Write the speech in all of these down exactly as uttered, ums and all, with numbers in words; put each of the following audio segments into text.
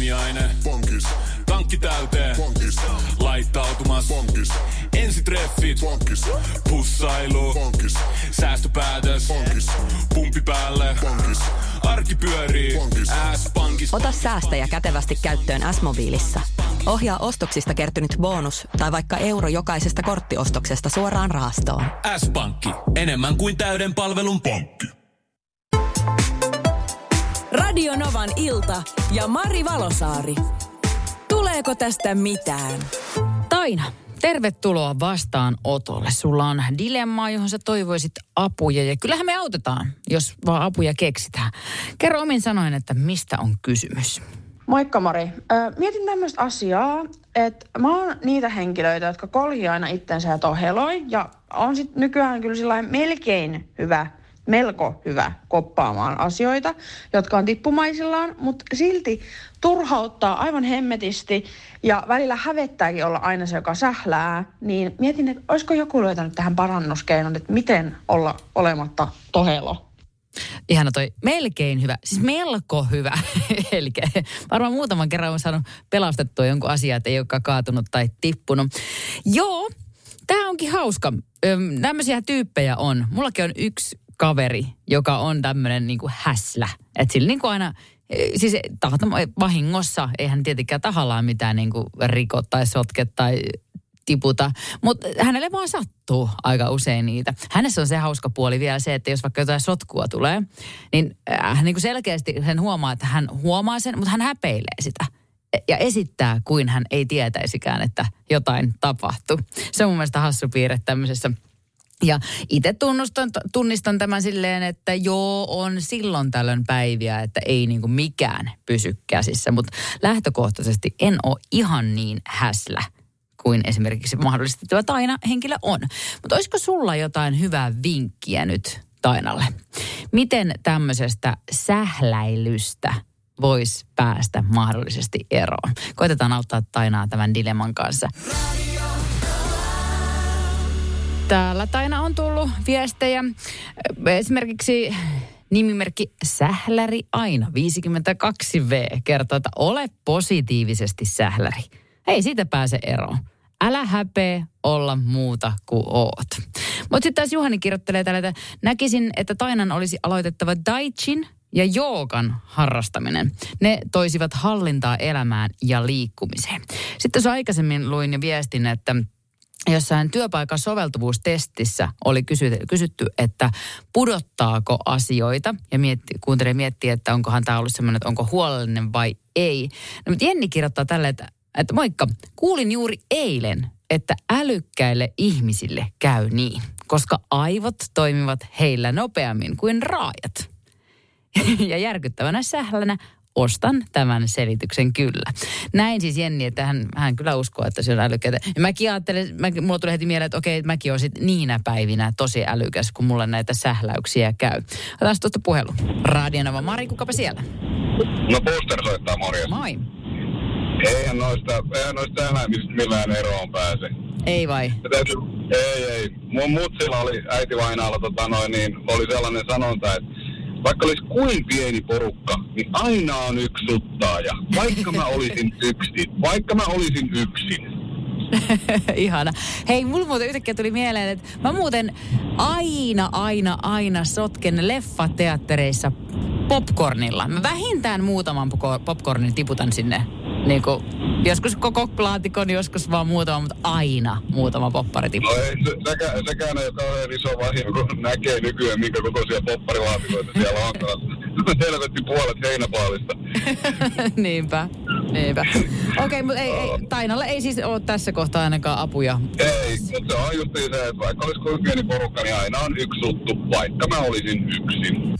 Aamiaine. Bonkis. Tankki täyteen. Bonkis. Laittautumas. Bonkis. Ensitreffit. Bonkis. Pussailu. Bonkis. Säästöpäätös. Bonkis. Pumpi päälle. Bonkis. Arki pyörii. Bonkis. S-pankis. Ota säästäjä kätevästi käyttöön S-mobiilissa. Ohjaa ostoksista kertynyt bonus tai vaikka euro jokaisesta korttiostoksesta suoraan rahastoon. S-pankki. Enemmän kuin täyden palvelun pankki. Radio Novan ilta ja Mari Valosaari. Tuleeko tästä mitään? Taina, tervetuloa vastaanotolle. Sulla on dilemmaa, johon sä toivoisit apuja. Ja kyllähän me autetaan, jos vaan apuja keksitään. Kerro omin sanoin, että mistä on kysymys. Moikka Mari. Ö, mietin tämmöistä asiaa, että mä oon niitä henkilöitä, jotka kolhii aina itsensä ja toheloi. Ja on sit nykyään kyllä sillain melkein hyvä, melko hyvä koppaamaan asioita, jotka on tippumaisillaan. Mutta silti turhauttaa aivan hemmetisti ja välillä hävettääkin olla aina se, joka sählää. Niin mietin, että olisiko joku löytänyt tähän parannuskeinon, että miten olla olematta tohelo. Ihana toi, melkein hyvä, siis melko hyvä. Eli varmaan muutaman kerran on saanut pelastettua jonkun asian, että ei olekaan kaatunut tai tippunut. Joo, tää onkin hauska. Tämmöisiä tyyppejä on. Mullakin on yksi kaveri, joka on tämmöinen niinku häslä. Että sillä niinku aina, siis vahingossa, eihän tietenkään tahallaan mitään niinku rikot tai sotket tai tiputa, mutta hänelle vaan sattuu aika usein niitä. Hänessä on se hauska puoli vielä se, että jos vaikka jotain sotkua tulee, niin hän niin kuin selkeästi sen huomaa, että hän huomaa sen, mutta hän häpeilee sitä ja esittää, kuin hän ei tietäisikään, että jotain tapahtuu. Se on mun mielestä hassu piirre tämmöisessä. Ja itse tunnustan, tunnistan tämän silleen, että joo, on silloin tällöin päiviä, että ei niin kuin mikään pysy käsissä, mutta lähtökohtaisesti en ole ihan niin häslä kuin esimerkiksi mahdollisesti tuo Taina henkilö on. Mutta olisiko sulla jotain hyvää vinkkiä nyt Tainalle? Miten tämmöisestä sähläilystä voisi päästä mahdollisesti eroon? Koitetaan auttaa Tainaa tämän dilemman kanssa. Täällä Taina on tullut viestejä. Esimerkiksi nimimerkki Sähläri Aina viisikymmentäkaksi vuotta kertoo, että ole positiivisesti sähläri. Ei siitä pääse eroon. Älä häpeä olla muuta kuin oot. Mutta sitten taas Juhani kirjoittelee tällä, että näkisin, että Tainan olisi aloitettava daichin ja joogan harrastaminen. Ne toisivat hallintaa elämään ja liikkumiseen. Sitten tuossa aikaisemmin luin ja viestin, että jossain työpaikan soveltuvuustestissä oli kysytty, kysytty, että pudottaako asioita. Ja mietti, kuuntelee miettiä, että onkohan tämä ollut semmoinen, että onko huolellinen vai ei. No, mutta Jenni kirjoittaa tälle, että Että moikka, kuulin juuri eilen, että älykkäille ihmisille käy niin, koska aivot toimivat heillä nopeammin kuin raajat. Ja järkyttävänä sählänä ostan tämän selityksen kyllä. Näin siis Jenni, että hän, hän kyllä uskoo, että se on älykkäitä. Ja mäkin ajattelen, mä, mulla tuli heti mieleen, että okei, mäkin olisin niinä päivinä tosi älykäs, kun mulla näitä sähläyksiä käy. Otetaan tuosta puhelu. Radio Nova Mari, kukapa siellä? No Booster soittaa, morjens. Moi. Eihän noista, eihän noista eläimistä millään eroon pääse. Ei vai? Täytyy, ei, ei. Mun mutsilla oli äitivainaalla tota noin, niin oli sellainen sanonta, että vaikka olisi kuin pieni porukka, niin aina on yksi suttaaja. Vaikka mä olisin yksin. Vaikka mä olisin yksin. Ihana. Hei, mulla muuten yhtäkkiä tuli mieleen, että mä muuten aina, aina, aina sotken leffateattereissa popcornilla. Mä vähintään muutaman popcornin tiputan sinne. Niin kuin, joskus koko laatikon, joskus vaan muutama, mutta aina muutama popparitipu. No ei, se, sekään, sekään ei ole kauhean iso vahinko, kun näkee nykyään, minkä kokoisia popparilaatikoita siellä on. Helvetti puolet heinäpaalista. Niinpä, niinpä. Okei, okay, mutta ei, ei, Tainalle ei siis ole tässä kohtaa ainakaan apuja. Ei, mutta se on just se, että vaikka olisi kuin pieni porukka, niin aina on yksi juttu, vaikka mä olisin yksin.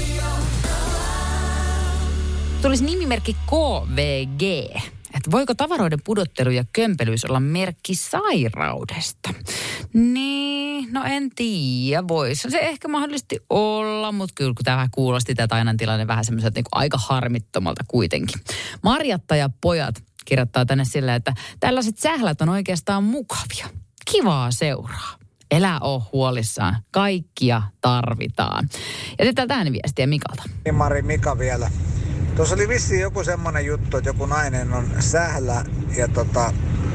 Tulisi nimimerkki K V G. Että voiko tavaroiden pudottelu ja kömpelyys olla merkki sairaudesta? Niin, no en tiedä. Voisi se ehkä mahdollisesti olla, mutta kyllä kun tämä kuulosti tätä Tainan tilanne vähän semmoiselta niin aika harmittomalta kuitenkin. Marjatta ja pojat kirjoittaa tänne sillä, että tällaiset sählät on oikeastaan mukavia. Kivaa seuraa. Elä oo huolissaan. Kaikkia tarvitaan. Ja sitten täältä ääniviestiä Mikalta. Mari, Mika vielä. Tuossa oli vissiin joku semmonen juttu, että joku nainen on sählä ja tota...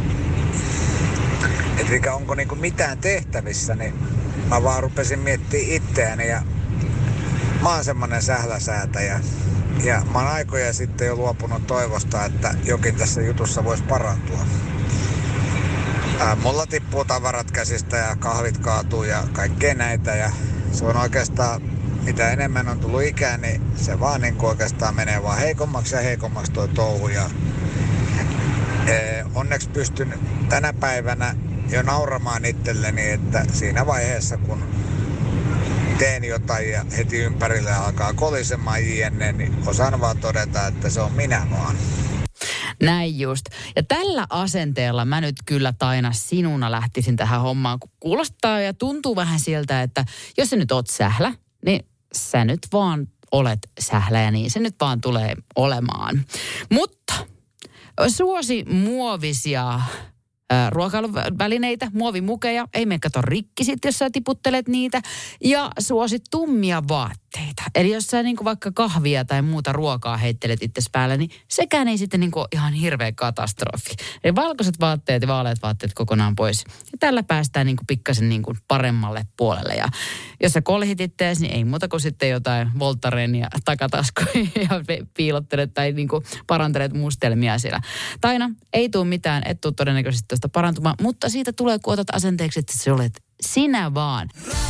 Että onko niinku mitään tehtävissä, niin mä vaan rupesin miettimään itseäni ja mä oon semmonen sähläsäätäjä. Ja mä oon aikoja sitten jo luopunut toivosta, että jokin tässä jutussa voisi parantua. Ää, mulla tippuu tavarat käsistä ja kahvit kaatuu ja kaikkea näitä. Ja se on oikeastaan, mitä enemmän on tullut ikää, niin se vaan niin kuin oikeastaan menee vaan heikommaksi ja heikommaksi toi touhu. Ja, ee, onneksi pystyn tänä päivänä jo nauramaan itselleni, että siinä vaiheessa kun teen jotain ja heti ympärille alkaa kolisemaan jne, niin osaan vaan todeta, että se on minä vaan. Näin just. Ja tällä asenteella mä nyt kyllä Taina sinuna lähtisin tähän hommaan, kun kuulostaa ja tuntuu vähän siltä, että jos sä nyt oot sählä, niin sä nyt vaan olet sählä ja niin se nyt vaan tulee olemaan. Mutta suosi muovisia ruokailuvälineitä, muovimukeja, ei mene kato rikki sit, jos sä tiputtelet niitä, ja suosit tummia vaatteita. Eli jos sä niinku vaikka kahvia tai muuta ruokaa heittelet itses päälle, niin sekään ei sitten niinku ihan hirveä katastrofi. Eli valkoiset vaatteet ja vaaleat vaatteet kokonaan pois. Ja tällä päästään niinku pikkasen niinku paremmalle puolelle. Ja jos sä kolhit ittees, niin ei muuta kuin sitten jotain Voltarenia takataskuja ja piilottelet tai niinku parantelet mustelmia siellä. Taina, ei tule mitään, et tuu todennäköisesti tuosta parantumaan, mutta siitä tulee, kun otat asenteeksi, että sä olet sinä vaan.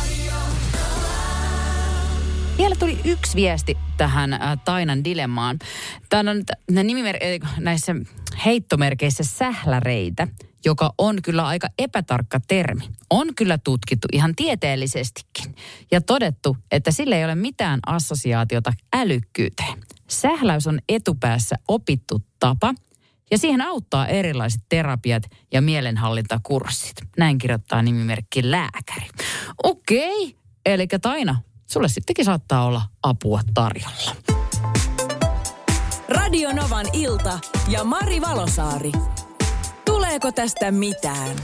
Vielä tuli yksi viesti tähän äh, Tainan dilemmaan. Tämä on nimimer- näissä heittomerkeissä sähläreitä, joka on kyllä aika epätarkka termi. On kyllä tutkittu ihan tieteellisestikin ja todettu, että sillä ei ole mitään assosiaatiota älykkyyteen. Sähläys on etupäässä opittu tapa ja siihen auttaa erilaiset terapiat ja mielenhallintakurssit. Näin kirjoittaa nimimerkki lääkäri. Okei, eli Taina, sulle sittenkin saattaa olla apua tarjolla. Radio Novan ilta ja Mari Valosaari. Tuleeko tästä mitään?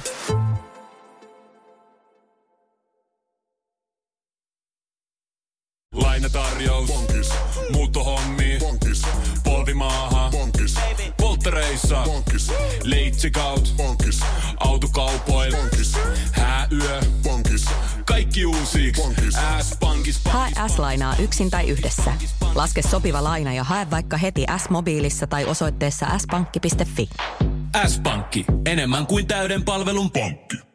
Lainatarjous. Bonkis. Muuttohommi. Bonkis. Polvimaaha. Bonkis. Polttereissa. Bonkis. Leitsikaut. Bonkis. Autokaupoil. Bonkis. Hääyö. Bonkis. Kaikki uusiiksi. S-pankis. Hae S-lainaa yksin tai yhdessä. Laske sopiva laina ja hae vaikka heti S-mobiilissa tai osoitteessa s pankki piste fi. S-pankki. Enemmän kuin täyden palvelun pankki.